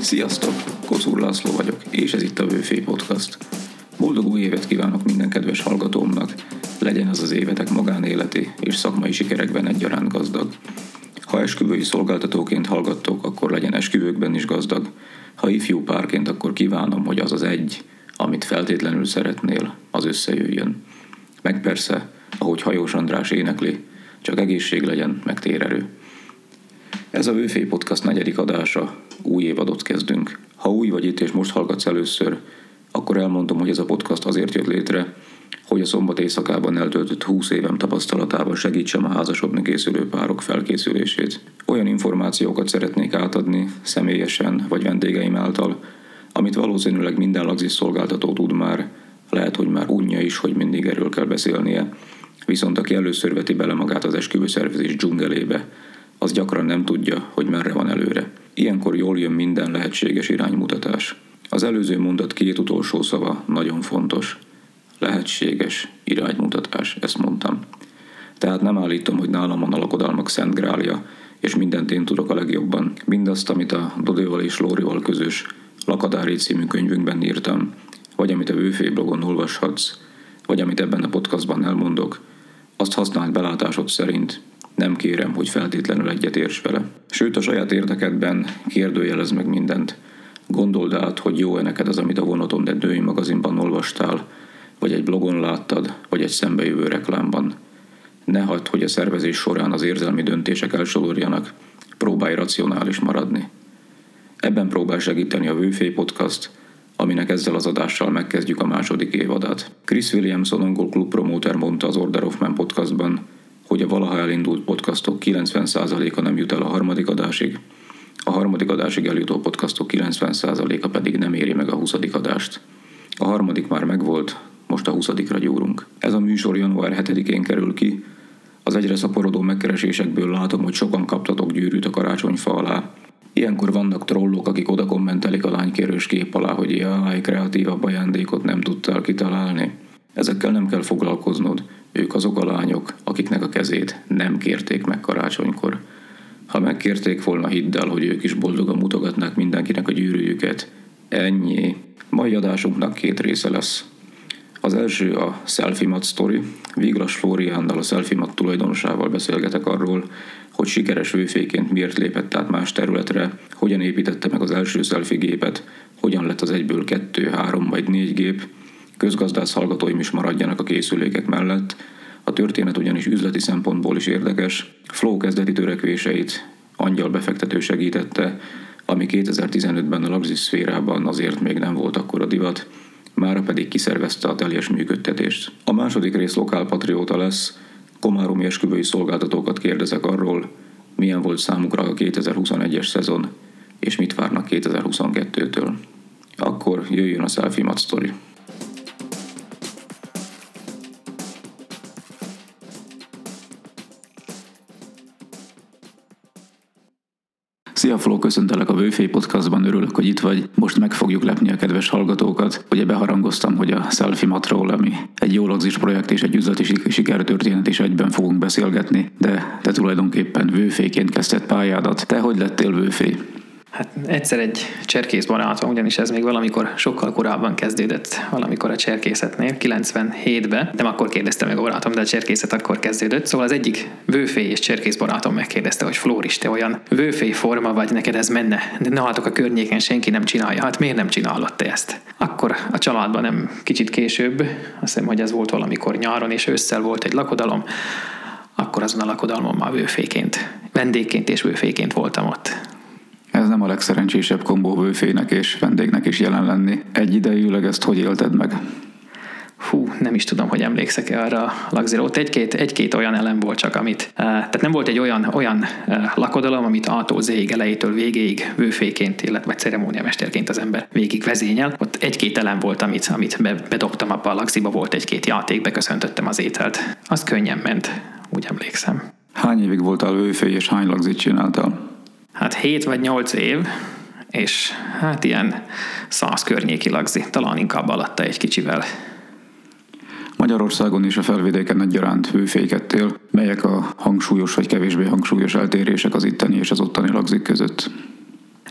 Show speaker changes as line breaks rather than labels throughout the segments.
Sziasztok! Kocúr László vagyok, és ez itt a Vőfély Podcast. Boldog új évet kívánok minden kedves hallgatómnak, legyen ez az évetek magánéleti és szakmai sikerekben egyaránt gazdag. Ha esküvői szolgáltatóként hallgattok, akkor legyen esküvőkben is gazdag. Ha ifjú párként, akkor kívánom, hogy az az egy, amit feltétlenül szeretnél, az összejöjjön. Meg persze, ahogy Hajós András énekli, csak egészség legyen, meg térerő. Ez a Vőfély Podcast 4. adása, új évadot kezdünk. Ha új vagy itt és most hallgatsz először, akkor elmondom, hogy ez a podcast azért jött létre, hogy a szombat éjszakában eltöltött 20 évem tapasztalatával segítsem a házasodni készülő párok felkészülését. Olyan információkat szeretnék átadni, személyesen vagy vendégeim által, amit valószínűleg minden lagzis szolgáltató tud már, lehet, hogy már unja is, hogy mindig erről kell beszélnie, viszont aki először veti bele magát az esküvőszervezés dzsungelébe, az gyakran nem tudja, hogy merre van előre. Ilyenkor jól jön minden lehetséges iránymutatás. Az előző mondat 2 utolsó szava nagyon fontos. Lehetséges iránymutatás, ezt mondtam. Tehát nem állítom, hogy nálam van a lakodalmak szent grálja, és mindent én tudok a legjobban. Mindazt, amit a Dodéval és Lórival közös Lakadári című könyvünkben írtam, vagy amit a Vőfély blogon olvashatsz, vagy amit ebben a podcastban elmondok, azt használd belátásod szerint. Nem kérem, hogy feltétlenül egyetérts vele. Sőt, a saját érdekedben kérdőjelezz meg mindent. Gondold át, hogy jó-e neked az, amit a vonaton egy női magazinban olvastál, vagy egy blogon láttad, vagy egy szembejövő reklámban. Ne hagyd, hogy a szervezés során az érzelmi döntések elsodorjanak, próbálj racionális maradni. Ebben próbál segíteni a Vőfély Podcast, aminek ezzel az adással megkezdjük a 2. évadát. Chris Williamson angol klubpromóter mondta az Order of Man podcastban, hogy a valaha elindult podcastok 90%-a nem jut el a 3. adásig, a 3. adásig eljutó podcastok 90%-a pedig nem éri meg a 20. adást. A 3. már megvolt, most a 20-ra gyúrunk. Ez a műsor január 7-én kerül ki. Az egyre szaporodó megkeresésekből látom, hogy sokan kaptatok gyűrűt a karácsonyfa alá. Ilyenkor vannak trollok, akik oda kommentelik a lánykérős kép alá, hogy jaj, kreatívabb ajándékot nem tudtál kitalálni. Ezekkel nem kell foglalkoznod, ők azok a lányok, akiknek a kezét nem kérték meg karácsonykor. Ha megkérték volna, hidd el, hogy ők is boldogan mutogatnák mindenkinek a gyűrűjüket. Ennyi. Mai adásunknak 2 része lesz. Az első a Selfie-mat sztori. Viglas Flóriánnal, a Selfie-mat tulajdonosával beszélgetek arról, hogy sikeres vőféként miért lépett át más területre, hogyan építette meg az első selfie gépet, hogyan lett az egyből 2, 3 vagy 4 gép. Közgazdász hallgatóim is maradjanak a készülékek mellett. A történet ugyanis üzleti szempontból is érdekes. Flow kezdeti törekvéseit angyal befektető segítette, ami 2015-ben a lagzis szférában azért még nem volt akkora divat, mára pedig kiszervezte a teljes működtetést. A második rész lokálpatrióta lesz, komáromi esküvői szolgáltatókat kérdezek arról, milyen volt számukra a 2021-es szezon, és mit várnak 2022-től. Akkor jöjjön a Selfie-mat sztori. Szia Flo, köszöntelek a Vőfély Podcastban, örülök, hogy itt vagy. Most meg fogjuk lepni a kedves hallgatókat. Ugye beharangoztam, hogy a Selfie-matról, ami egy jó lagzis projekt és egy üzleti sikertörténet is egyben fogunk beszélgetni, de te tulajdonképpen vőféként kezdted pályádat. Te hogy lettél vőfély?
Hát egyszer egy cserkész barátom, ugyanis ez még valamikor sokkal korábban kezdődött, valamikor a cserkészetnél, 97-ben. Nem akkor kérdezte meg a barátom, de a cserkészet akkor kezdődött. Szóval az egyik vőfély és cserkész barátom megkérdezte, hogy Flóris, te olyan vőfély forma vagy, neked ez menne? De nálatok a környéken senki nem csinálja. Hát miért nem csinálod te ezt? Akkor a családban nem kicsit később, azt hiszem, hogy ez volt valamikor nyáron, és ősszel volt egy lakodalom, akkor azon a lakodalmon már vőféként, vendégként és vőféként voltam ott.
Ez nem a legszerencsésebb kombó vőfének és vendégnek is jelen lenni. Egyidejűleg ezt hogy élted meg?
Nem is tudom, hogy emlékszek-e arra a lagzira. Ott egy-két olyan elem volt csak, amit... Tehát nem volt egy olyan lakodalom, amit A-tól Z-ig, elejétől végéig vőféként, illetve vagy ceremóniamesterként az ember végig vezényel. Ott egy-két elem volt, amit bedobtam abba a lagziba, volt egy-két játék, beköszöntöttem az ételt. Az könnyen ment, úgy emlékszem.
Hány évig voltál vőfély és hány lagzit csináltál?
Hát 7 vagy 8 év, és hát ilyen 100 környéki lagzi, talán inkább alatta egy kicsivel.
Magyarországon és a felvidéken egyaránt vőfélykedtél. Melyek a hangsúlyos vagy kevésbé hangsúlyos eltérések az itteni és az ottani lagzik között?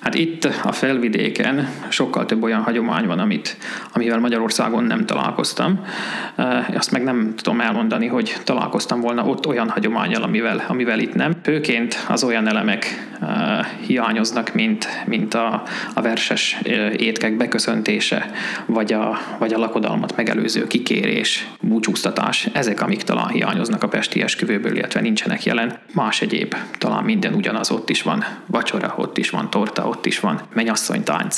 Hát itt a Felvidéken sokkal több olyan hagyomány van, amivel Magyarországon nem találkoztam. Azt meg nem tudom elmondani, hogy találkoztam volna ott olyan hagyománnyal, amivel itt nem. Főként az olyan elemek hiányoznak, mint a verses étkek beköszöntése, vagy a lakodalmat megelőző kikérés, búcsúztatás. Ezek, amik talán hiányoznak a pesti esküvőből, illetve nincsenek jelen. Más egyéb, talán minden ugyanaz, ott is van vacsora, ott is van torta, ott is van mennyasszonytánc.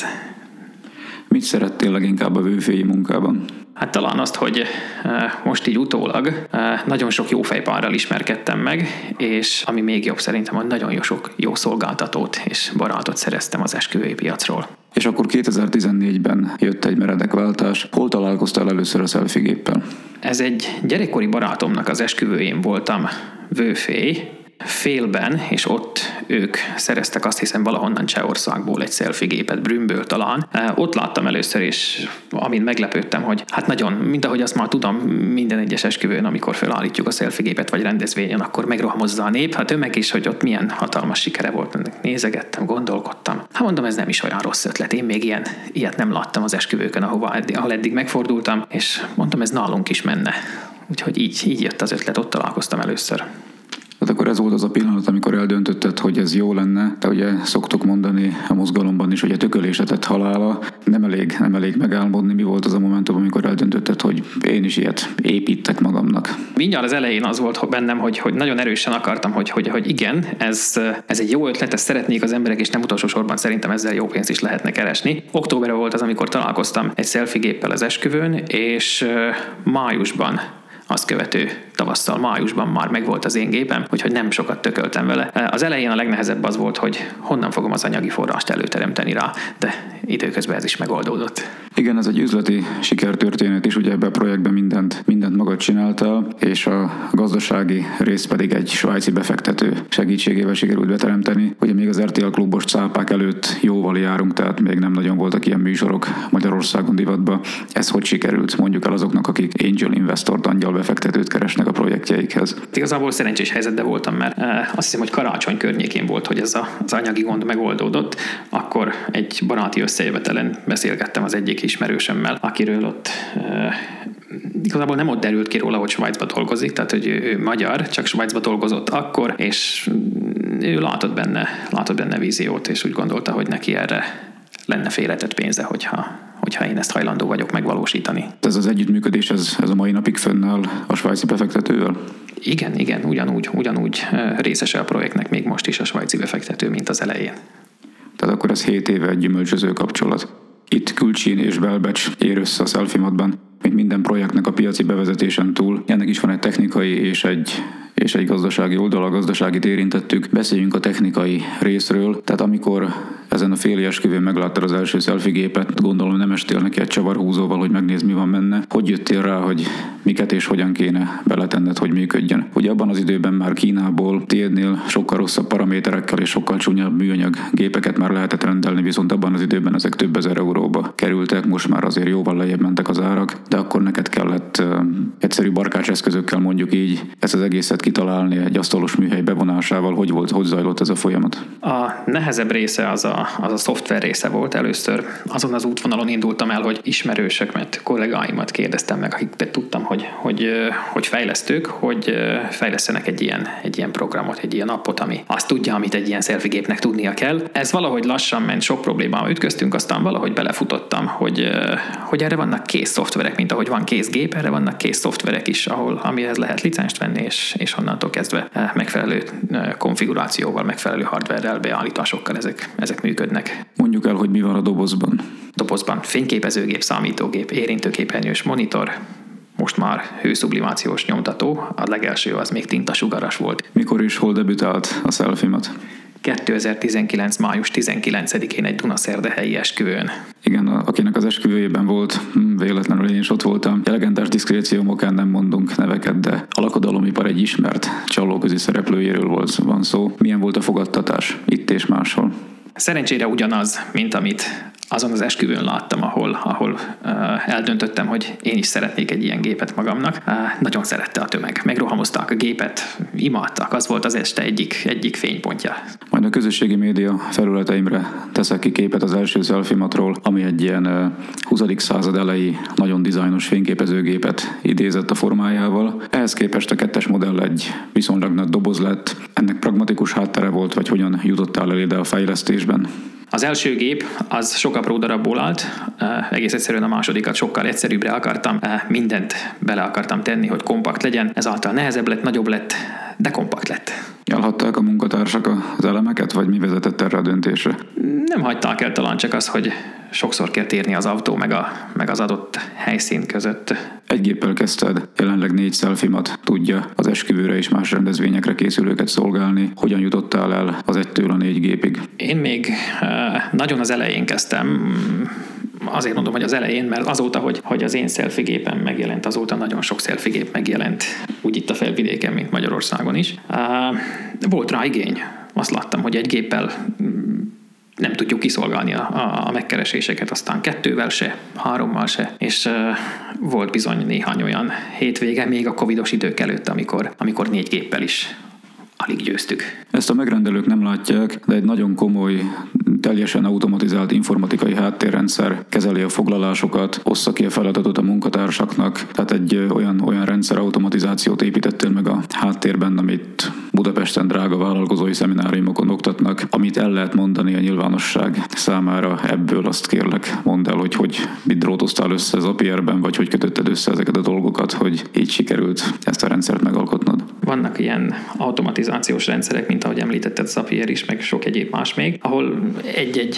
Mit szerettél leginkább a vőfélyi munkában?
Hát talán azt, hogy most így utólag nagyon sok jó fejpárral ismerkedtem meg, és ami még jobb szerintem, hogy nagyon sok jó szolgáltatót és barátot szereztem az esküvői piacról.
És akkor 2014-ben jött egy meredekváltás. Hol találkoztál először a selfie géppel?
Ez egy gyerekkori barátomnak az esküvőjén voltam vőfély, Félben, és ott ők szereztek, azt hiszem, valahonnan Csehországból egy selfie gépet, Brünnből talán. Ott láttam először, és amint meglepődtem, hogy hát nagyon, mint ahogy azt már tudom, minden egyes esküvőn, amikor felállítjuk a selfie gépet vagy rendezvényen, akkor megrohamozza a nép. Hát tömeg is, hogy ott milyen hatalmas sikere volt. Nézegettem, gondolkodtam. Hát mondom, ez nem is olyan rossz ötlet. Én még ilyet nem láttam az esküvőkön, ahol eddig megfordultam, és mondtam, ez nálunk is menne. Úgyhogy így jött az ötlet, ott találkoztam először.
Tehát akkor ez volt az a pillanat, amikor eldöntötted, hogy ez jó lenne. De ugye szoktuk mondani a mozgalomban is, hogy a tökölésetet halála. Nem elég megálmodni. Mi volt az a momentum, amikor eldöntötted, hogy én is ilyet építek magamnak?
Mindjárt az elején az volt bennem, hogy nagyon erősen akartam, hogy igen, ez egy jó ötlet, ezt szeretnék az emberek, és nem utolsó sorban szerintem ezzel jó pénzt is lehetne keresni. Októberben volt az, amikor találkoztam egy selfie géppel az esküvőn, és májusban, azt követő tavasszal, májusban már megvolt az én gépem, úgyhogy nem sokat tököltem vele. Az elején a legnehezebb az volt, hogy honnan fogom az anyagi forrást előteremteni rá, de időközben ez is megoldódott.
Igen, ez egy üzleti sikertörténet is, ugye ebben a projektben mindent magad csináltál, és a gazdasági rész pedig egy svájci befektető segítségével sikerült beteremteni. Ugye még az RTL klubos cápák előtt jóval járunk, tehát még nem nagyon voltak ilyen műsorok Magyarországon divatban. Ez hogy sikerült? Mondjuk el azoknak, akik angel investort, angyal befektetőt keresnek a projektjeikhez.
Igazából szerencsés helyzetben voltam, mert azt hiszem, hogy karácsony környékén volt, hogy ez az anyagi gond megoldódott. Akkor egy baráti összejövetelen beszélgettem az egyik ismerősömmel, akiről ott igazából nem ott derült ki róla, hogy Svájcba dolgozik, tehát hogy ő magyar, csak Svájcba dolgozott akkor, és ő látott benne víziót, és úgy gondolta, hogy neki erre lenne félretett pénze, hogyha én ezt hajlandó vagyok megvalósítani.
Ez az együttműködés, ez a mai napig fönnáll a svájci befektetővel?
Igen, ugyanúgy részese a projektnek még most is a svájci befektető, mint az elején.
Tehát akkor ez 7 éve egy gyümölcsöző kapcsolat. Itt Külcsin és Belbecs ér össze a Selfie-matban, mint minden projektnek a piaci bevezetésen túl. Ennek is van egy technikai és egy gazdasági oldal, a gazdaságit érintettük. Beszéljünk a technikai részről. Tehát amikor ezen a féli esküvőn megláttad az első selfie gépet, gondolom nem estél neki egy csavarhúzóval, hogy megnézd, mi van benne. Hogy jöttél rá, hogy miket és hogyan kéne beletenned, hogy működjön? Ugye abban az időben már Kínából tiédnél sokkal rosszabb paraméterekkel és sokkal csúnyabb műanyag gépeket már lehetett rendelni, viszont abban az időben ezek több ezer euróba kerültek, most már azért jóval lejjebb mentek az árak, de akkor neked kellett egyszerű barkács eszközökkel, mondjuk így, ezt az egészet kitalálni egy asztalos műhely bevonásával. Hogy zajlott ez a folyamat? A
nehezebb része az a szoftver része volt először. Azon az útvonalon indultam el, hogy ismerősöket, kollégáimat kérdeztem meg, akikben tudtam, hogy fejlesztők, hogy fejlesztenek egy ilyen programot, egy ilyen appot, ami azt tudja, amit egy ilyen selfie gépnek tudnia kell. Ez valahogy lassan ment, sok problémával ütköztünk, aztán valahogy belefutottam, hogy erre vannak kész szoftverek, mint ahogy van kész gép, erre vannak kész szoftverek is, amihez lehet licenst venni, és onnantól kezdve megfelelő konfigurációval, megfelelő hardware-rel, beállításokkal ezek működnek.
Mondjuk el, hogy mi van a dobozban.
Dobozban fényképezőgép, számítógép, érintőképernyős monitor, most már hőszublimációs nyomtató, a legelső az még tintasugaras volt.
Mikor és hol debütált a Selfie-mat?
2019. május 19-én egy Dunaszerdahelyi esküvőn.
Igen, akinek az esküvőjében volt, véletlenül én is ott voltam. Legendás diszkréció okán nem mondunk neveket, de a lakodalomipar egy ismert csalóközi szereplőjéről van szó. Milyen volt a fogadtatás itt és máshol?
Szerencsére ugyanaz, mint amit azon az esküvőn láttam, ahol eldöntöttem, hogy én is szeretnék egy ilyen gépet magamnak. Nagyon szerette a tömeg. Megrohamozták a gépet, imádtak. Az volt az este egyik fénypontja.
Majd a közösségi média felületeimre teszek ki képet az első selfie-matról, ami egy ilyen 20. század elejé nagyon dizájnos fényképezőgépet idézett a formájával. Ehhez képest a 2-es modell egy viszonylag nagy doboz lett. Ennek pragmatikus háttere volt, vagy hogyan jutottál el ide a fejlesztésben?
Az első gép az sok apró darabból állt, egész egyszerűen a másodikat sokkal egyszerűbbre akartam, mindent bele akartam tenni, hogy kompakt legyen, ezáltal nehezebb lett, nagyobb lett, de kompakt lett.
Elhagyták a munkatársak az elemeket, vagy mi vezetett erre a döntésre?
Nem hagyták el, talán csak az, hogy sokszor kell térni az autó meg az adott helyszín között.
Egy géppel kezdted, jelenleg 4 selfie-mat tudja az esküvőre és más rendezvényekre készülőket szolgálni. Hogyan jutottál el az 1-től a 4 gépig?
Én még nagyon az elején kezdtem. Azért mondom, hogy az elején, mert azóta, hogy az én selfie gépem megjelent, azóta nagyon sok selfie gép megjelent, úgy itt a felvidéken, mint Magyarországon is. Volt rá igény. Azt láttam, hogy egy géppel nem tudjuk kiszolgálni a megkereséseket, aztán 2-vel se, 3-mal se, és volt bizony néhány olyan hétvége, még a covidos idők előtt, amikor 4 géppel is alig győztük.
Ezt a megrendelők nem látják, de egy nagyon komoly, teljesen automatizált informatikai háttérrendszer kezeli a foglalásokat, ossza ki a feladatot a munkatársaknak, tehát egy olyan rendszer automatizációt építettél meg a háttérben, amit Budapesten drága vállalkozói szemináriumokon oktatnak, amit el lehet mondani a nyilvánosság számára. Ebből azt kérlek, mondd el, hogy mit drótoztál össze Zapierben, vagy hogy kötötted össze ezeket a dolgokat, hogy így sikerült ezt a rendszert megalkotnod.
Vannak ilyen automatizációs rendszerek, mint ahogy említetted, Zapier is, meg sok egyéb más még, ahol egy-egy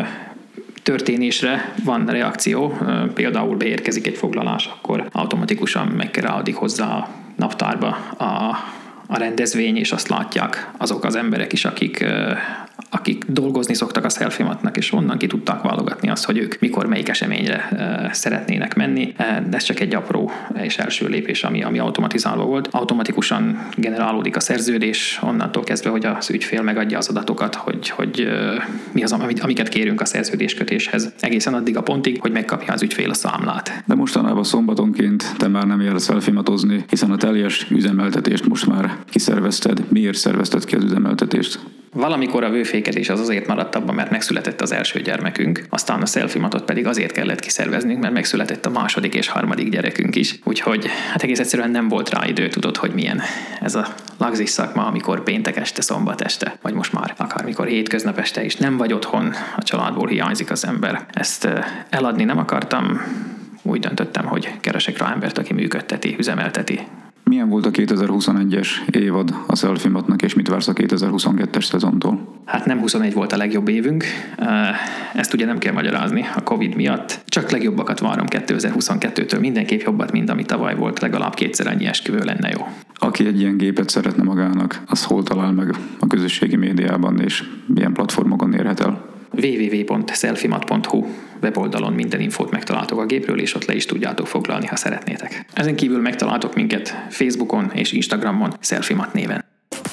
történésre van reakció, például beérkezik egy foglalás, akkor automatikusan megkerálódik hozzá a naptárba a rendezvény, és azt látják azok az emberek is, akik dolgozni szoktak a selfie-matnak, és onnan ki tudták válogatni azt, hogy ők mikor melyik eseményre szeretnének menni. De ez csak egy apró és első lépés, ami automatizálva volt. Automatikusan generálódik a szerződés, onnantól kezdve, hogy az ügyfél megadja az adatokat, hogy mi az, amiket kérünk a szerződéskötéshez. Egészen addig a pontig, hogy megkapja az ügyfél a számlát.
De mostanában szombatonként te már nem jársz selfie-matozni, hiszen a teljes üzemeltetést most már kiszervezted. Miért szervezted ki az üzemeltetést?
Valamikor a vőfékezés az azért maradt abban, mert megszületett az első gyermekünk, aztán a selfie-matot pedig azért kellett kiszerveznünk, mert megszületett a második és harmadik gyerekünk is. Úgyhogy hát egész egyszerűen nem volt rá idő, tudod, hogy milyen ez a lagzis szakma, amikor péntek este, szombat este, vagy most már akármikor hétköznap este is nem vagy otthon, a családból hiányzik az ember. Ezt eladni nem akartam, úgy döntöttem, hogy keresek rá embert, aki működteti, üzemelteti.
Milyen volt a 2021-es évad a selfie-matnak, és mit vársz a 2022-es szezontól?
Hát nem 21 volt a legjobb évünk, ezt ugye nem kell magyarázni a Covid miatt, csak legjobbakat várom 2022-től, mindenképp jobbat, mint ami tavaly volt, legalább 2-szer annyi esküvő lenne jó.
Aki egy ilyen gépet szeretne magának, az hol talál meg a közösségi médiában, és milyen platformokon érhet el?
www.selfiemat.hu weboldalon minden infót megtaláltok a gépről, és ott le is tudjátok foglalni, ha szeretnétek. Ezen kívül megtaláltok minket Facebookon és Instagramon Selfiemat néven.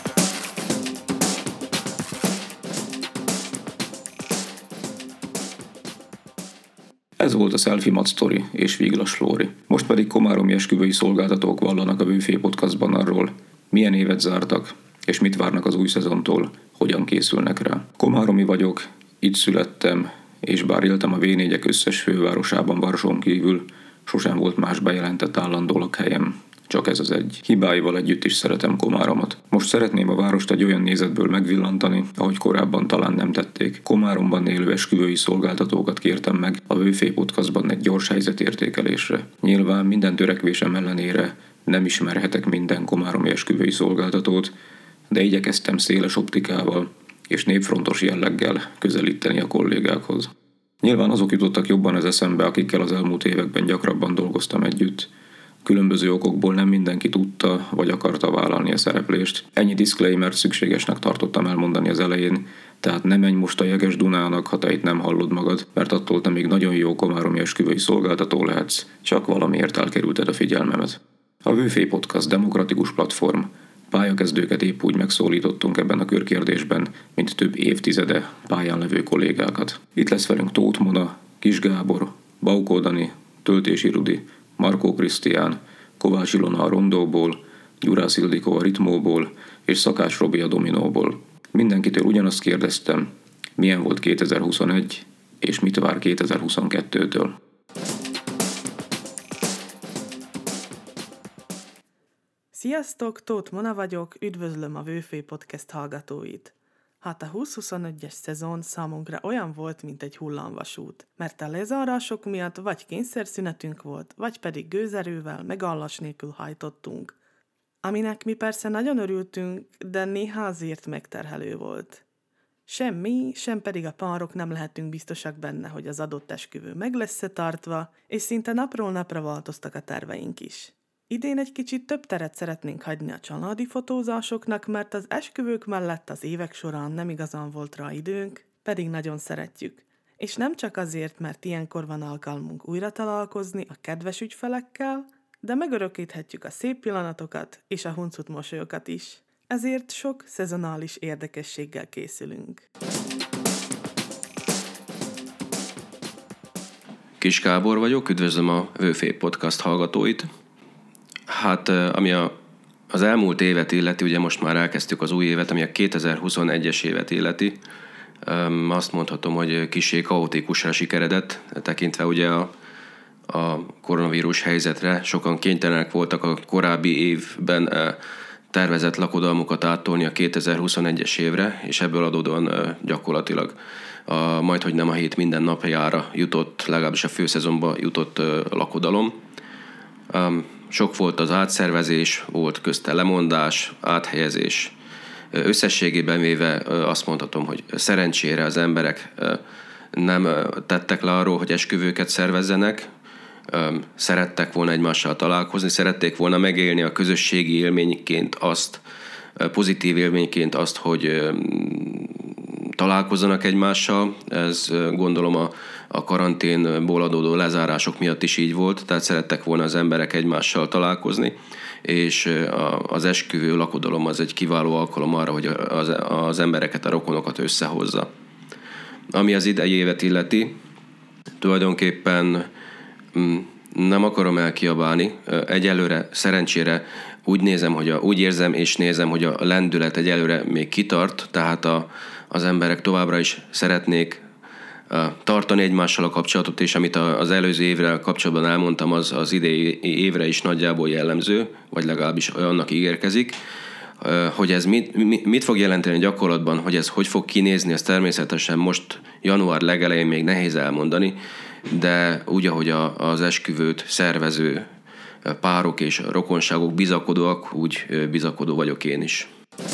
Ez volt a Selfie-mat sztori és Viglas Flóri. Most pedig komáromi esküvői szolgáltatók vallanak a Vőfé Podcastban arról, milyen évet zártak, és mit várnak az új szezontól, hogyan készülnek rá. Komáromi vagyok, itt születtem, és bár éltem a V4-ek összes fővárosában Varsón kívül, sosem volt más bejelentett állandó lakhelyem. Csak ez az egy. Hibáival együtt is szeretem Komáromot. Most szeretném a várost egy olyan nézetből megvillantani, ahogy korábban talán nem tették. Komáromban élő esküvői szolgáltatókat kértem meg a Vőfé Podcastban egy gyors helyzetértékelésre. Nyilván minden törekvésem ellenére nem ismerhetek minden komáromi esküvői szolgáltatót, de igyekeztem széles optikával és népfrontos jelleggel közelíteni a kollégákhoz. Nyilván azok jutottak jobban az eszembe, akikkel az elmúlt években gyakrabban dolgoztam együtt. Különböző okokból nem mindenki tudta vagy akarta vállalni a szereplést. Ennyi disclaimert szükségesnek tartottam elmondani az elején, tehát ne menj most a jeges Dunának, ha te itt nem hallod magad, mert attól te még nagyon jó komáromi esküvői szolgáltató lehetsz, csak valamiért elkerülted a figyelmemet. A Vőfé Podcast demokratikus platform, Pályakezdőket épp úgy megszólítottunk ebben a körkérdésben, mint több évtizede pályán levő kollégákat. Itt lesz velünk Tóth Mona, Kis Gábor, Baukó Dani, Töltési Rudi, Markó Krisztián, Kovács Ilona a Rondóból, Gyurász Ildikó a Ritmóból és Szakás Robi a Dominóból. Mindenkitől ugyanazt kérdeztem, milyen volt 2021 és mit vár 2022-től.
Sziasztok, Tóth Mona vagyok, üdvözlöm a Vőfé Podcast hallgatóit. Hát a 2021-es szezon számunkra olyan volt, mint egy hullámvasút, mert a lezárások miatt vagy kényszerszünetünk volt, vagy pedig gőzerővel, megállás nélkül hajtottunk. Aminek mi persze nagyon örültünk, de néha azért megterhelő volt. Sem mi, sem pedig a párok nem lehetünk biztosak benne, hogy az adott esküvő meg lesz-e tartva, és szinte napról napra változtak a terveink is. Idén egy kicsit több teret szeretnénk hagyni a családi fotózásoknak, mert az esküvők mellett az évek során nem igazán volt rá időnk, pedig nagyon szeretjük. És nem csak azért, mert ilyenkor van alkalmunk újra találkozni a kedves ügyfelekkel, de megörökíthetjük a szép pillanatokat és a huncut mosolyokat is. Ezért sok szezonális érdekességgel készülünk.
Kis Gábor vagyok, üdvözlöm a Vőfé Podcast hallgatóit. Hát, ami az elmúlt évet illeti, ugye most már elkezdtük az új évet, ami a 2021-es évet illeti. Azt mondhatom, hogy kissé kaotikusra sikeredett, tekintve ugye a koronavírus helyzetre. Sokan kénytelenek voltak a korábbi évben tervezett lakodalmukat áttolni a 2021-es évre, és ebből adódóan gyakorlatilag majdhogy nem a hét minden napjára jutott, legalábbis a főszezonba jutott lakodalom. Sok volt az átszervezés, volt közte lemondás, áthelyezés. Összességében véve azt mondhatom, hogy szerencsére az emberek nem tettek le arról, hogy esküvőket szervezzenek, szerettek volna egymással találkozni, szerették volna megélni a közösségi élményként azt, pozitív élményként azt, hogy találkozzanak egymással. Ez gondolom a karanténból adódó lezárások miatt is így volt, tehát szerettek volna az emberek egymással találkozni, és az esküvő lakodalom az egy kiváló alkalom arra, hogy az embereket, a rokonokat összehozza. Ami az idei évet illeti, tulajdonképpen nem akarom elkiabálni. Egyelőre szerencsére úgy érzem és nézem, hogy a lendület egyelőre még kitart, tehát az emberek továbbra is szeretnék tartani egymással a kapcsolatot, és amit az előző évre kapcsolatban elmondtam, az idei évre is nagyjából jellemző, vagy legalábbis annak ígérkezik. Hogy ez mit fog jelenteni gyakorlatban, hogy ez hogy fog kinézni, ez természetesen most január legelején még nehéz elmondani, de úgy, ahogy az esküvőt szervező párok és rokonságok bizakodóak, úgy bizakodó vagyok én is.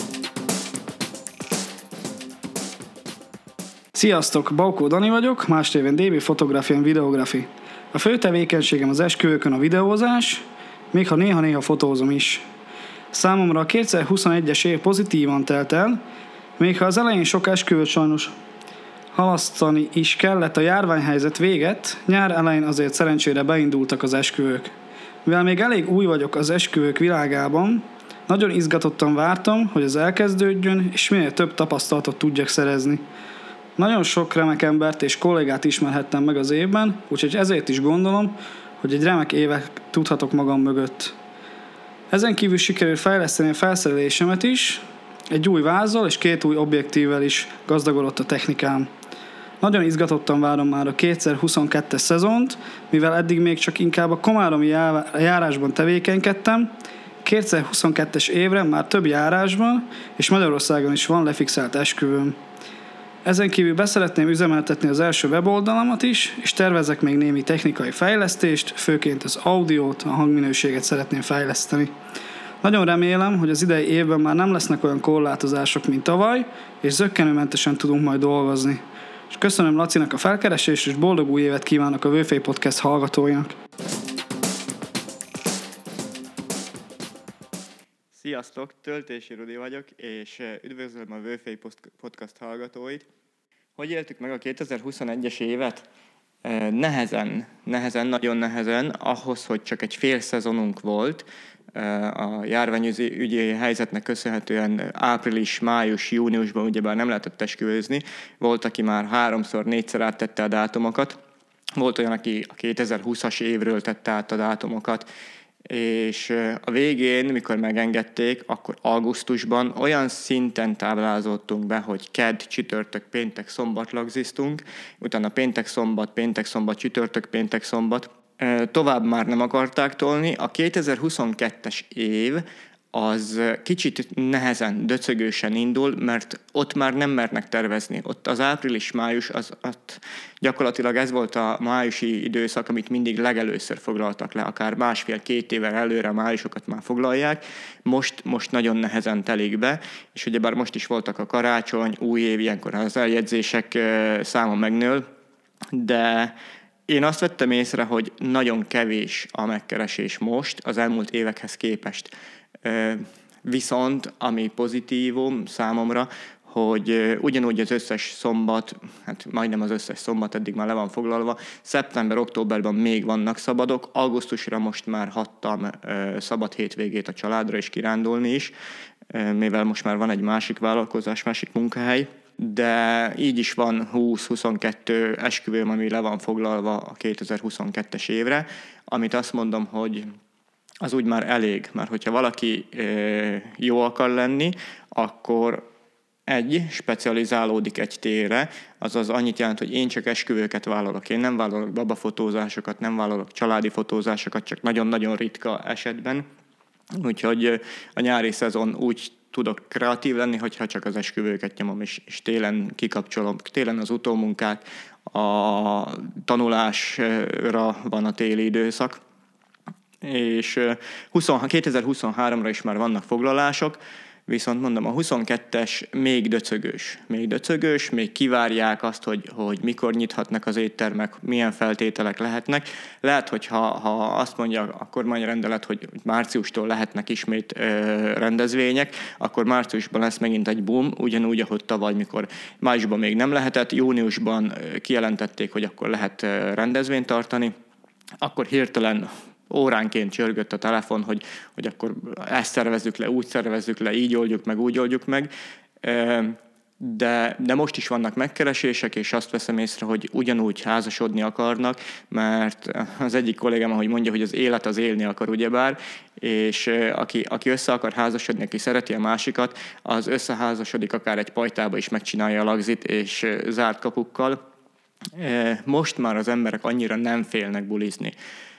Sziasztok, Baukó Dani vagyok, más néven DB Photography and Videography. A fő tevékenységem az esküvőkön a videózás, még ha néha fotózom is. Számomra a 2021-es év pozitívan telt el, még ha az elején sok esküvőt sajnos halasztani is kellett a járványhelyzet véget, nyár elején azért szerencsére beindultak az esküvők. Mivel még elég új vagyok az esküvők világában, nagyon izgatottan vártam, hogy ez elkezdődjön, és minél több tapasztalatot tudjak szerezni. Nagyon sok remek embert és kollégát ismerhettem meg az évben, úgyhogy ezért is gondolom, hogy egy remek évet tudhatok magam mögött. Ezen kívül sikerült fejleszteni a felszerelésemet is, egy új vázzal és 2 új objektívvel is gazdagodott a technikám. Nagyon izgatottan várom már a 2022-es szezont, mivel eddig még csak inkább a komáromi járásban tevékenykedtem. 2022-es évre már több járásban és Magyarországon is van lefixált esküvőm. Ezen kívül beszeretném üzemeltetni az első weboldalamat is, és tervezek még némi technikai fejlesztést, főként az audiót, a hangminőséget szeretném fejleszteni. Nagyon remélem, hogy az idei évben már nem lesznek olyan korlátozások, mint tavaly, és zökkenőmentesen tudunk majd dolgozni. És köszönöm Lacinak a felkeresést, és boldog új évet kívánok a Vőfé Podcast hallgatóinak.
Sziasztok, Töltési Rudi vagyok, és üdvözlöm a Vőfé Podcast hallgatóit. Hogy éltük meg a 2021-es évet? Nehezen, nagyon nehezen, ahhoz, hogy csak egy fél szezonunk volt. a járványügyi helyzetnek köszönhetően április, május, júniusban ugyebár nem lehetett esküvőzni. Volt, aki már 3-szor, 4-szer áttette a dátumokat. Volt olyan, aki a 2020-as évről tette át a dátumokat, és a végén, mikor megengedték, akkor augusztusban olyan szinten táblázottunk be, hogy kedd, csütörtök, péntek, szombat lagziztunk, utána péntek, szombat, csütörtök, péntek, szombat. Tovább már nem akarták tolni. A 2022-es év az kicsit nehezen, döcögősen indul, mert ott már nem mernek tervezni. Ott az április-május, ott gyakorlatilag ez volt a májusi időszak, amit mindig legelőször foglaltak le, akár 1,5-2 évvel előre a májusokat már foglalják. Most nagyon nehezen telik be, és ugyebár most is voltak a karácsony, új év, ilyenkor az eljegyzések száma megnől, de én azt vettem észre, hogy nagyon kevés a megkeresés most az elmúlt évekhez képest. Viszont, ami pozitívum számomra, hogy ugyanúgy az összes szombat, hát majdnem az összes szombat eddig már le van foglalva, szeptember-októberben még vannak szabadok, augusztusra most már hattam szabad hétvégét a családra és kirándulni is, mivel most már van egy másik vállalkozás, másik munkahely, de így is van 20-22 esküvőm, ami le van foglalva a 2022-es évre, amit azt mondom, hogy az úgy már elég, mert hogyha valaki jó akar lenni, akkor specializálódik egy térre, azaz annyit jelent, hogy én csak esküvőket vállalok. Én nem vállalok babafotózásokat, nem vállalok családi fotózásokat, csak nagyon-nagyon ritka esetben. Úgyhogy a nyári szezon úgy tudok kreatív lenni, hogyha csak az esküvőket nyomom, és télen kikapcsolom. Télen az utómunkát, a tanulásra van a téli időszak, és 2023-ra is már vannak foglalások, viszont mondom, a 22-es még döcögős, még kivárják azt, hogy mikor nyithatnak az éttermek, milyen feltételek lehetnek. Lehet, hogy ha azt mondja a kormányrendelet, hogy márciustól lehetnek ismét rendezvények, akkor márciusban lesz megint egy boom, ugyanúgy, ahogy tavaly, mikor májusban még nem lehetett, júniusban kijelentették, hogy akkor lehet rendezvényt tartani, akkor hirtelen óránként csörgött a telefon, hogy akkor ezt szervezzük le, úgy szervezzük le, így oldjuk meg, úgy oldjuk meg. De most is vannak megkeresések, és azt veszem észre, hogy ugyanúgy házasodni akarnak, mert az egyik kollégám, ahogy mondja, hogy az élet az élni akar, ugyebár, és aki össze akar házasodni, aki szereti a másikat, az összeházasodik akár egy pajtába is, megcsinálja a lagzit, és zárt kapukkal. Most már az emberek annyira nem félnek bulizni.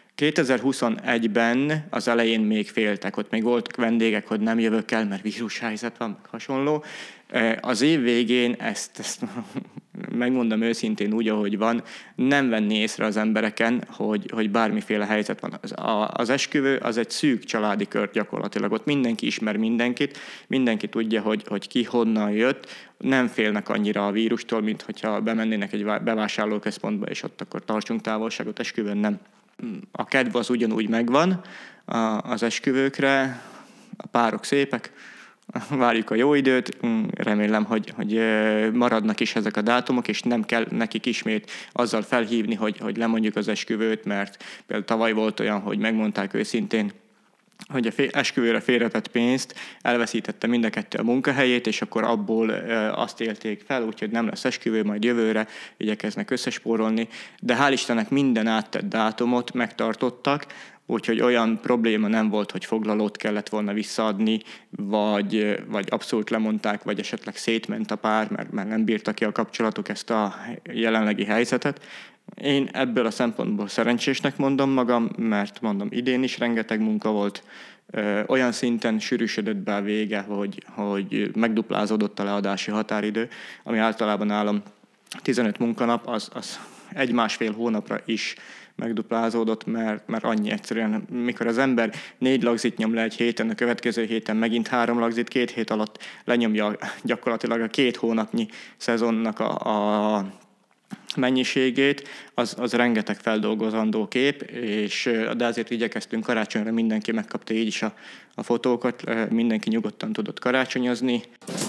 2021-ben az elején még féltek, ott még voltak vendégek, hogy nem jövök el, mert vírushelyzet van, meg hasonló. Az év végén ezt megmondom őszintén úgy, ahogy van, nem venni észre az embereken, hogy bármiféle helyzet van. Az esküvő az egy szűk családi kör gyakorlatilag, ott mindenki ismer mindenki tudja, hogy ki honnan jött, nem félnek annyira a vírustól, mint hogyha bemennének egy bevásárlóközpontba, és ott akkor tartsunk távolságot, esküvőn nem. A kedv az ugyanúgy megvan az esküvőkre, a párok szépek, várjuk a jó időt, remélem, hogy maradnak is ezek a dátumok, és nem kell nekik ismét azzal felhívni, hogy lemondjuk az esküvőt, mert például tavaly volt olyan, hogy megmondták őszintén, hogy a esküvőre félretett pénzt elveszítette mind a kettő a munkahelyét, és akkor abból azt élték fel, úgyhogy nem lesz esküvő, majd jövőre igyekeznek összespórolni. De hál' Istennek minden áttett dátumot megtartottak, úgyhogy olyan probléma nem volt, hogy foglalót kellett volna visszaadni, vagy abszolút lemondták, vagy esetleg szétment a pár, mert nem bírta ki a kapcsolatuk ezt a jelenlegi helyzetet. Én ebből a szempontból szerencsésnek mondom magam, mert mondom, idén is rengeteg munka volt, olyan szinten sűrűsödött be a vége, hogy megduplázódott a leadási határidő, ami általában nálam 15 munkanap, az 1-1,5 hónapra is megduplázódott, mert annyi egyszerűen, mikor az ember 4 lagzit nyom le egy héten, a következő héten megint 3 lagzit, 2 hét alatt lenyomja gyakorlatilag a 2 hónapnyi szezonnak a mennyiségét, az rengeteg feldolgozandó kép, de azért igyekeztünk karácsonyra, mindenki megkapta így is a fotókat, mindenki nyugodtan tudott karácsonyozni.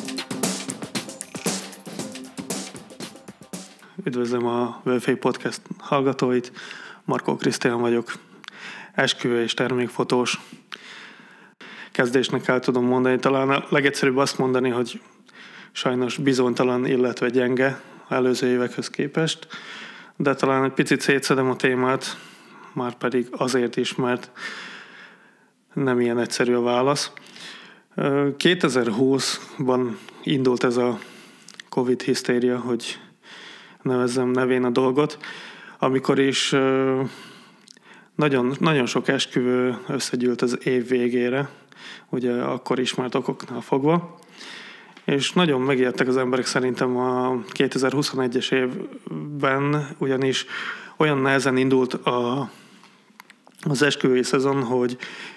Üdvözlöm a Völfély Podcast hallgatóit, Markó Krisztián vagyok, esküvő és termékfotós. kezdésnek el tudom mondani. Talán a legegyszerűbb azt mondani, hogy sajnos bizonytalan, illetve gyenge előző évekhez képest, de talán egy picit szétszedem a témát, már pedig azért is, mert nem ilyen egyszerű a válasz. 2020-ban indult ez a Covid hisztéria, hogy nevezzem nevén a dolgot, amikor is nagyon, nagyon sok esküvő összegyűlt az év végére, ugye akkor ismert okoknál fogva, és nagyon megijedtek az emberek szerintem a 2021-es évben, ugyanis olyan nehezen indult az esküvői szezon, hogy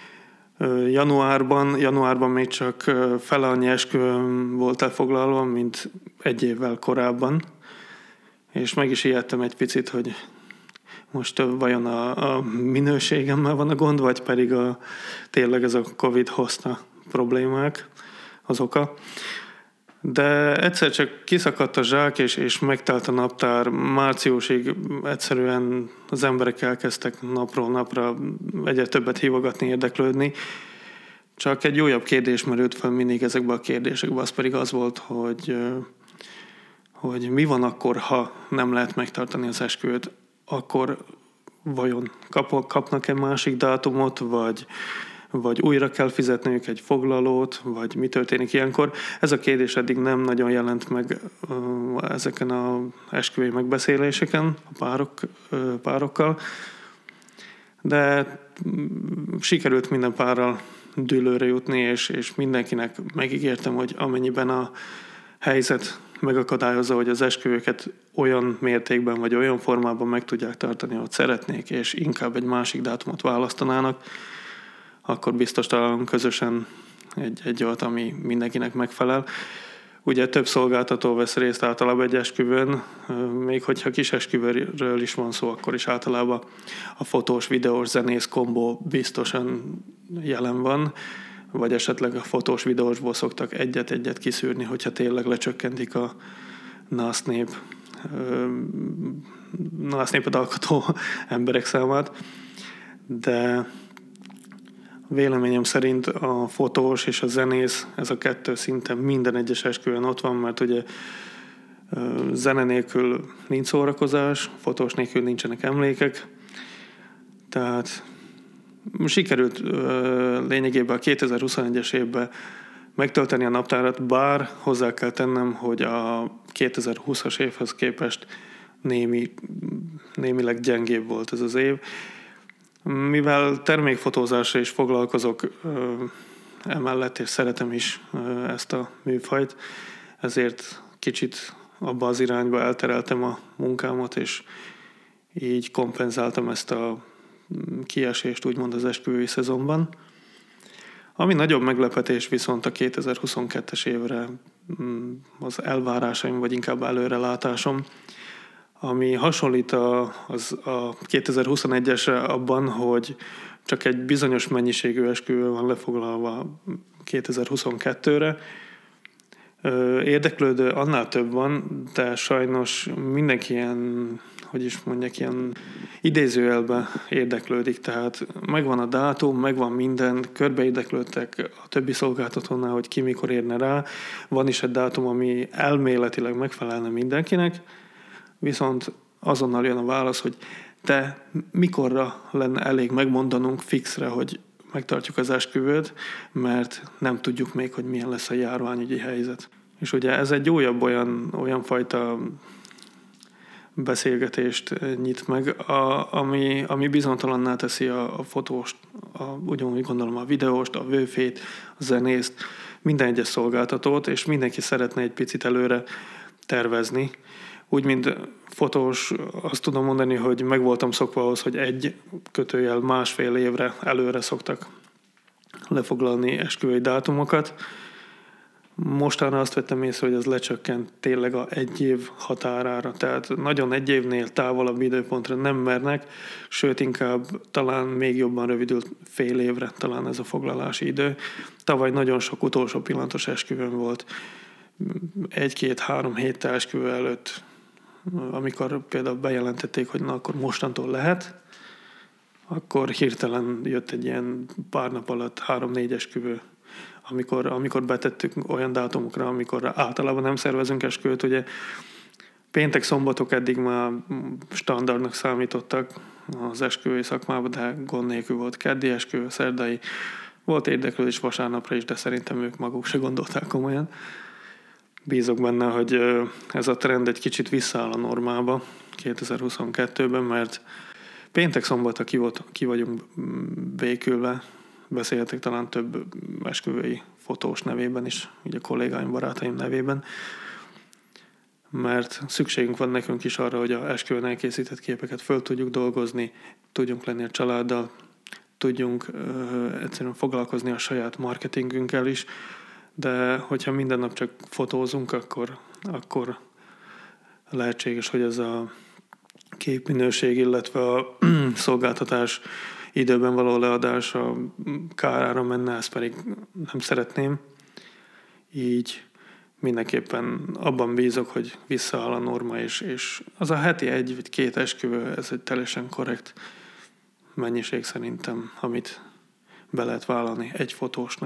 januárban még csak fele annyi esküvőm volt elfoglalva, mint egy évvel korábban, és meg is ijedtem egy picit, hogy most vajon a minőségemmel van a gond, vagy pedig tényleg ez a Covid hozta problémák az oka. De egyszer csak kiszakadt a zsák, és megtelt a naptár. Márciusig egyszerűen az emberek elkezdtek napról napra egyre többet hívogatni, érdeklődni. Csak egy újabb kérdés merült fel mindig ezekben a kérdésekben, az pedig az volt, hogy mi van akkor, ha nem lehet megtartani az esküvőt, akkor vajon kapnak-e másik dátumot, vagy újra kell fizetniük egy foglalót, vagy mi történik ilyenkor. Ez a kérdés eddig nem nagyon jelent meg ezeken az esküvői megbeszéléseken a párokkal, de sikerült minden párral dűlőre jutni, és mindenkinek megígértem, hogy amennyiben a helyzet megakadályozza, hogy az esküvőket olyan mértékben vagy olyan formában meg tudják tartani, ahogy szeretnék, és inkább egy másik dátumot választanának, akkor biztos találunk közösen egy olyat, ami mindenkinek megfelel. Ugye több szolgáltató vesz részt általában egy esküvőn, még hogyha kis esküvőről is van szó, akkor is általában a fotós, videós, zenész kombó biztosan jelen van, vagy esetleg a fotós, videósból szoktak egyet-egyet kiszűrni, hogyha tényleg lecsökkentik a násznépet alkotó emberek számát. De véleményem szerint a fotós és a zenész, ez a kettő szinte minden egyes esküvőn ott van, mert ugye zene nélkül nincs szórakozás, fotós nélkül nincsenek emlékek, tehát sikerült lényegében a 2021-es évben megtölteni a naptárat, bár hozzá kell tennem, hogy a 2020-as évhez képest némileg gyengébb volt ez az év. Mivel termékfotózásra is foglalkozok emellett, és szeretem is ezt a műfajt, ezért kicsit abba az irányba eltereltem a munkámat, és így kompenzáltam ezt a kiesést úgymond az esküvői szezonban. Ami nagyobb meglepetés viszont a 2022-es évre az elvárásaim, vagy inkább előrelátásom, ami hasonlít a 2021-esre abban, hogy csak egy bizonyos mennyiségű esküvő van lefoglalva 2022-re. Érdeklődő annál több van, de sajnos mindenki ilyen idézőjelben érdeklődik, tehát megvan a dátum, megvan minden, körbeérdeklődtek a többi szolgáltatónál, hogy ki mikor érne rá, van is egy dátum, ami elméletileg megfelelne mindenkinek, viszont azonnal jön a válasz, hogy te mikorra lenne elég megmondanunk fixre, hogy megtartjuk az esküvőt, mert nem tudjuk még, hogy milyen lesz a járványügyi helyzet. És ugye ez egy újabb olyan fajta beszélgetést nyit meg, ami bizonytalanná teszi a fotóst, ugyanúgy gondolom a videóst, a vőfét, a zenészt, minden egyes szolgáltatót, és mindenki szeretne egy picit előre tervezni. Úgy, mint fotós, azt tudom mondani, hogy meg voltam szokva ahhoz, hogy másfél évre előre szoktak lefoglalni esküvői dátumokat. Mostanra azt vettem észre, hogy ez lecsökkent tényleg a egy év határára, tehát nagyon egy évnél távolabb időpontra nem mernek, sőt inkább talán még jobban rövidült fél évre talán ez a foglalási idő. Tavaly nagyon sok utolsó pillanatos esküvőn volt, 1-2-3 héttel esküvő előtt, amikor például bejelentették, hogy na akkor mostantól lehet, akkor hirtelen jött egy ilyen pár nap alatt 3-4 esküvő amikor betettük olyan dátumokra, amikor általában nem szervezünk esküvőt, ugye péntek, szombatok eddig már standardnak számítottak az esküvői szakmában, de gond nélkül volt keddi esküvő, szerdai, volt érdeklődés vasárnapra is, de szerintem ők maguk se gondolták komolyan. Bízok benne, hogy ez a trend egy kicsit visszaáll a normába 2022-ben, mert péntek-szombatra ki vagyunk békülve, beszélhetek talán több esküvői fotós nevében is, ugye kollégáim, barátaim nevében, mert szükségünk van nekünk is arra, hogy a esküvőn elkészített képeket föl tudjuk dolgozni, tudjunk lenni a családdal, tudjunk egyszerűen foglalkozni a saját marketingünkkel is, de hogyha minden nap csak fotózunk, akkor lehetséges, hogy ez a képminőség, illetve a szolgáltatás időben való leadása kárára menne, ezt pedig nem szeretném. Így mindenképpen abban bízok, hogy visszaáll a norma, és az a heti 1 vagy 2 esküvő, ez egy teljesen korrekt mennyiség szerintem, amit be lehet vállalni egy fotósnak.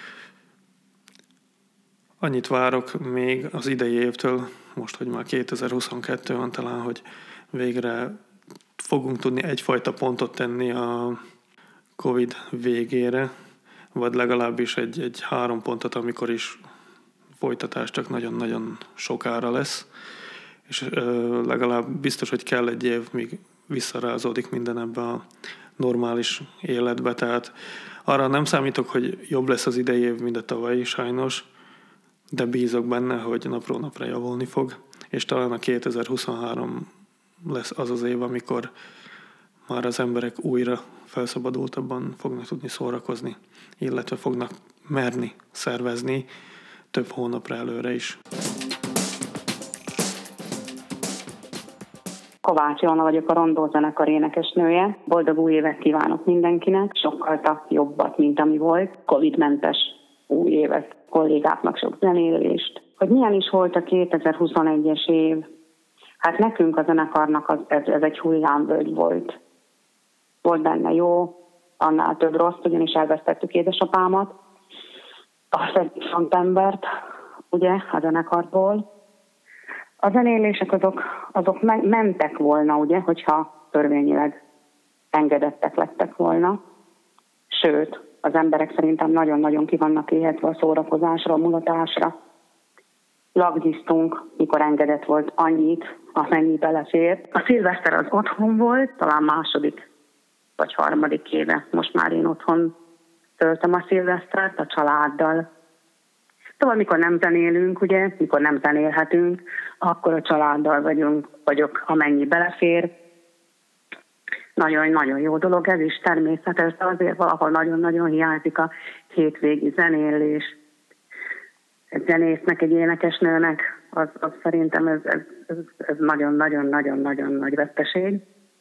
Annyit várok még az idei évtől, most, hogy már 2022 van talán, hogy végre fogunk tudni egyfajta pontot tenni a Covid végére, vagy legalábbis egy 3 pontot, amikor is folytatás csak nagyon-nagyon sokára lesz, és legalább biztos, hogy kell egy év, míg visszarázódik minden ebbe a normális életbe, tehát arra nem számítok, hogy jobb lesz az idei év, mint a tavalyi, sajnos, de bízok benne, hogy napról napra javulni fog, és talán a 2023 lesz az az év, amikor már az emberek újra felszabadultabban fognak tudni szórakozni, illetve fognak merni szervezni több hónapra előre is.
Kovács Ilona vagyok, a Rondó zenekar énekesnője. Boldog új évet kívánok mindenkinek, sokkal jobbat, mint ami volt. Covid-mentes új évet, kollégáknak sok zenélést. Hogy milyen is volt a 2021-es év? Hát nekünk a zenekarnak ez egy hullámvölgy volt. Volt benne jó, annál több rossz, ugyanis elvesztettük édesapámat, azt egy frontembert, ugye, a zenekarból. A zenélések azok mentek volna, ugye, hogyha törvényileg engedettek lettek volna. Sőt, az emberek szerintem nagyon-nagyon ki vannak éhetve a szórakozásra, a mulatásra. Lagdiztunk, mikor engedett volt annyit, amennyi belefér. A szilveszter az otthon volt, talán 2. vagy 3. éve. Most már én otthon töltöm a szilvesztert a családdal. Szóval mikor nem zenélünk, ugye, mikor nem zenélhetünk, akkor a családdal vagyok, amennyi belefér. Nagyon-nagyon jó dolog ez is, természetes, de azért valahol nagyon-nagyon hiányzik a hétvégi zenélés. Egy zenésznek, egy énekesnőnek, az szerintem ez nagyon-nagyon-nagyon-nagyon nagy veszteség.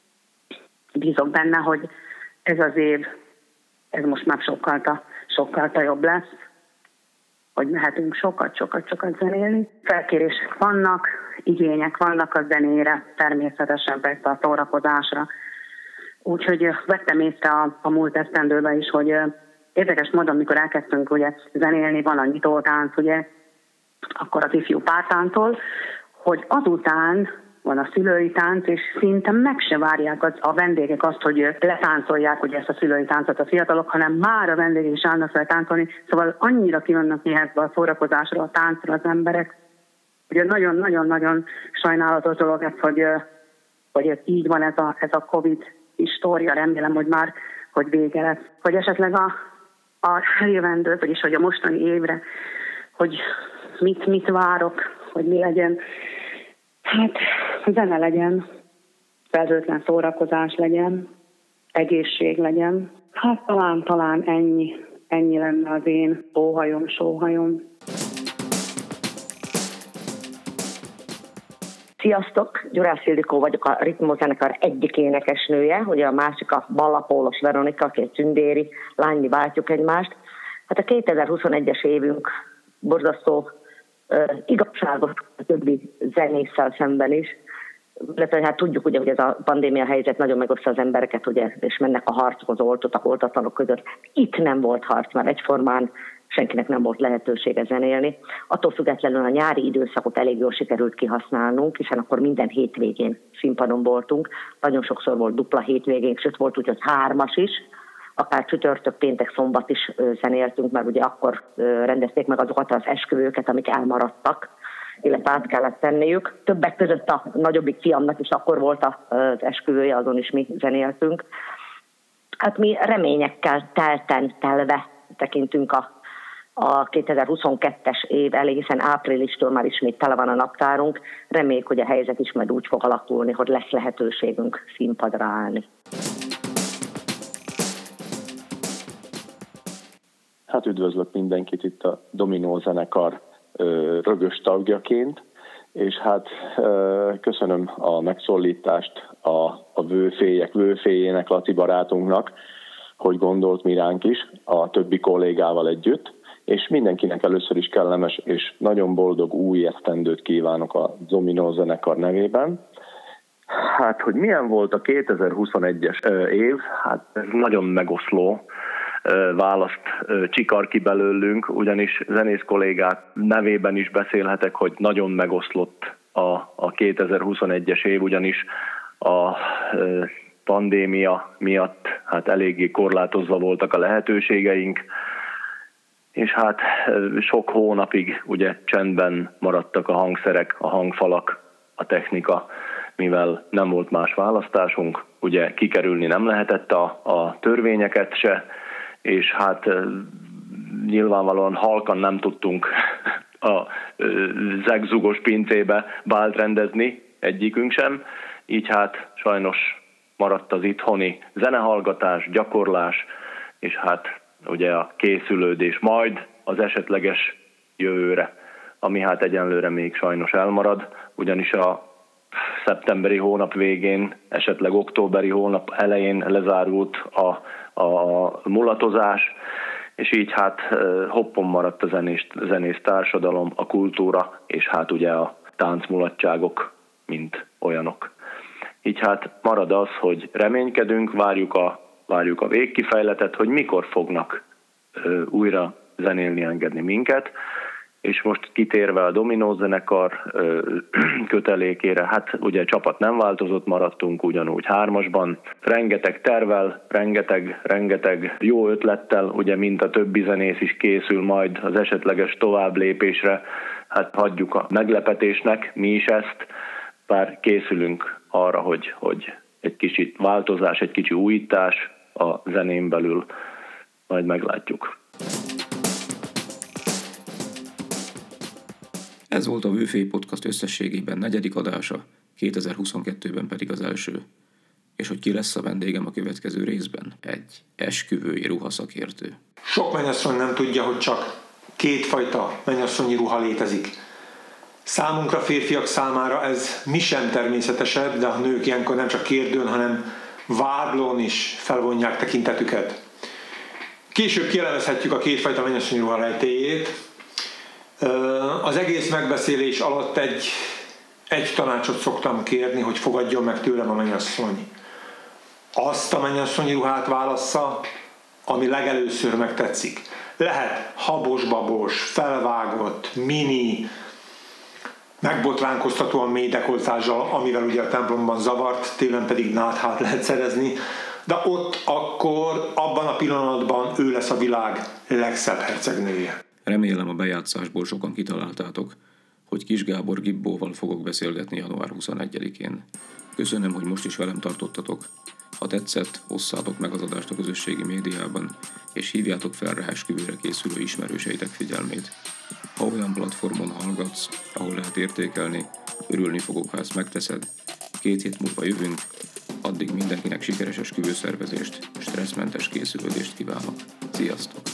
Bízok benne, hogy ez az év, ez most már sokkal jobb lesz, hogy mehetünk sokat zenélni. Felkérések vannak, igények vannak a zenére, természetesen persze a szórakozásra. Úgyhogy vettem észre a múlt esztendőben is, hogy érdekes módon, amikor elkezdtünk ugye zenélni, van a nyitótánc, ugye, akkor az ifjú pártánctól, hogy azután van a szülői tánc, és szinte meg se várják a vendégek azt, hogy letáncolják ugye ezt a szülői táncot a fiatalok, hanem már a vendégek is állnak fel táncolni. Szóval annyira ki vannak éhezve a szórakozásra, a táncra az emberek, hogy nagyon-nagyon-nagyon sajnálatos dolog ez, hogy ez így van ez a Covid história, remélem, hogy már hogy vége lesz. Hogy esetleg a jövendő, vagyis hogy a mostani évre, hogy mit várok, hogy mi legyen. Hát zene legyen, felhőtlen szórakozás legyen, egészség legyen. Hát talán ennyi lenne az én sóhajom.
Sziasztok, Gyurász Ildikó vagyok, a Ritmus zenekar egyik énekesnője, ugye a másik a Ballapólos Veronika, két tündéri lány, mi váltjuk egymást. Hát a 2021-es évünk borzasztó igazságos a többi zenésszel szemben is. Illetve hát tudjuk ugye, hogy ez a pandémia helyzet nagyon megosztja az embereket, ugye, és mennek a harcok az oltottak, oltatlanok között. Itt nem volt harc, mert egyformán senkinek nem volt lehetősége zenélni. Attól függetlenül a nyári időszakot elég jól sikerült kihasználnunk, hiszen akkor minden hétvégén színpadon voltunk. Nagyon sokszor volt dupla hétvégén, sőt volt úgy, hogy 3-as is, akár csütörtök, péntek, szombat is zenéltünk, mert ugye akkor rendezték meg azokat az esküvőket, amik elmaradtak, illetve át kellett tenniük. Többek között a nagyobbik fiamnak is akkor volt az esküvője, azon is mi zenéltünk. Hát mi reményekkel telve tekintünk a 2022-es év elé, hiszen áprilistól már ismét tele van a naptárunk. Reméljük, hogy a helyzet is majd úgy fog alakulni, hogy lesz lehetőségünk színpadra állni.
Hát üdvözlök mindenkit itt a Dominó zenekar rögös tagjaként, és hát köszönöm a megszólítást a vőféjének, Laci barátunknak, hogy gondolt mi ránk is, a többi kollégával együtt, és mindenkinek először is kellemes és nagyon boldog új esztendőt kívánok a Dominó zenekar nevében. Hát, hogy milyen volt a 2021-es év, hát ez nagyon megoszló választ csikar ki belőlünk, ugyanis zenész kollégák nevében is beszélhetek, hogy nagyon megoszlott a 2021-es év, ugyanis a pandémia miatt hát eléggé korlátozva voltak a lehetőségeink, és hát sok hónapig ugye csendben maradtak a hangszerek, a hangfalak, a technika, mivel nem volt más választásunk, ugye kikerülni nem lehetett a törvényeket se, és hát nyilvánvalóan halkan nem tudtunk a zegzugos pincébe bált rendezni, egyikünk sem, így hát sajnos maradt az itthoni zenehallgatás, gyakorlás, és hát ugye a készülődés majd az esetleges jövőre, ami hát egyenlőre még sajnos elmarad, ugyanis a szeptemberi hónap végén, esetleg októberi hónap elején lezárult a mulatozás, és így hát hoppon maradt a zenész társadalom, a kultúra, és hát ugye a táncmulatságok, mint olyanok. Így hát marad az, hogy reménykedünk, várjuk a végkifejletet, hogy mikor fognak újra zenélni engedni minket, és most kitérve a Dominó zenekar kötelékére, hát ugye csapat nem változott, maradtunk ugyanúgy 3-asban. Rengeteg tervvel, rengeteg jó ötlettel, ugye mint a többi zenész is készül majd az esetleges továbblépésre, hát hagyjuk a meglepetésnek mi is ezt, bár készülünk arra, hogy egy kicsit változás, egy kicsi újítás a zenén belül, majd meglátjuk.
Ez volt a Vőfély Podcast összességében 4. adása, 2022-ben pedig az első. És hogy ki lesz a vendégem a következő részben? Egy esküvői ruhaszakértő.
Sok mennyasszony nem tudja, hogy csak 2 fajta mennyasszonyi ruha létezik. Számunkra, férfiak számára ez mi sem természetesebb, de a nők ilyenkor nem csak kérdőn, hanem vádlón is felvonják tekintetüket. Később kielemezhetjük a 2 fajta mennyasszonyi ruha rejtélyét. Az egész megbeszélés alatt egy tanácsot szoktam kérni, hogy fogadjon meg tőlem a mennyasszony. Azt a mennyasszonyi ruhát válassza, ami legelőször megtetszik. Lehet habos-babos, felvágott, mini, megbotránkoztatóan mély dekoltással, amivel ugye a templomban zavart, télen pedig náthát lehet szerezni, de ott akkor, abban a pillanatban ő lesz a világ legszebb hercegnője.
Remélem a bejátszásból sokan kitaláltátok, hogy Kis Gábor Gibbóval fogok beszélgetni január 21-én. Köszönöm, hogy most is velem tartottatok. Ha tetszett, osszátok meg az adást a közösségi médiában, és hívjátok fel rá esküvőre készülő ismerőseitek figyelmét. Ha olyan platformon hallgatsz, ahol lehet értékelni, örülni fogok, ha ezt megteszed. 2 hét múlva jövünk, addig mindenkinek sikeres esküvőszervezést, stresszmentes készülődést kívánok. Sziasztok!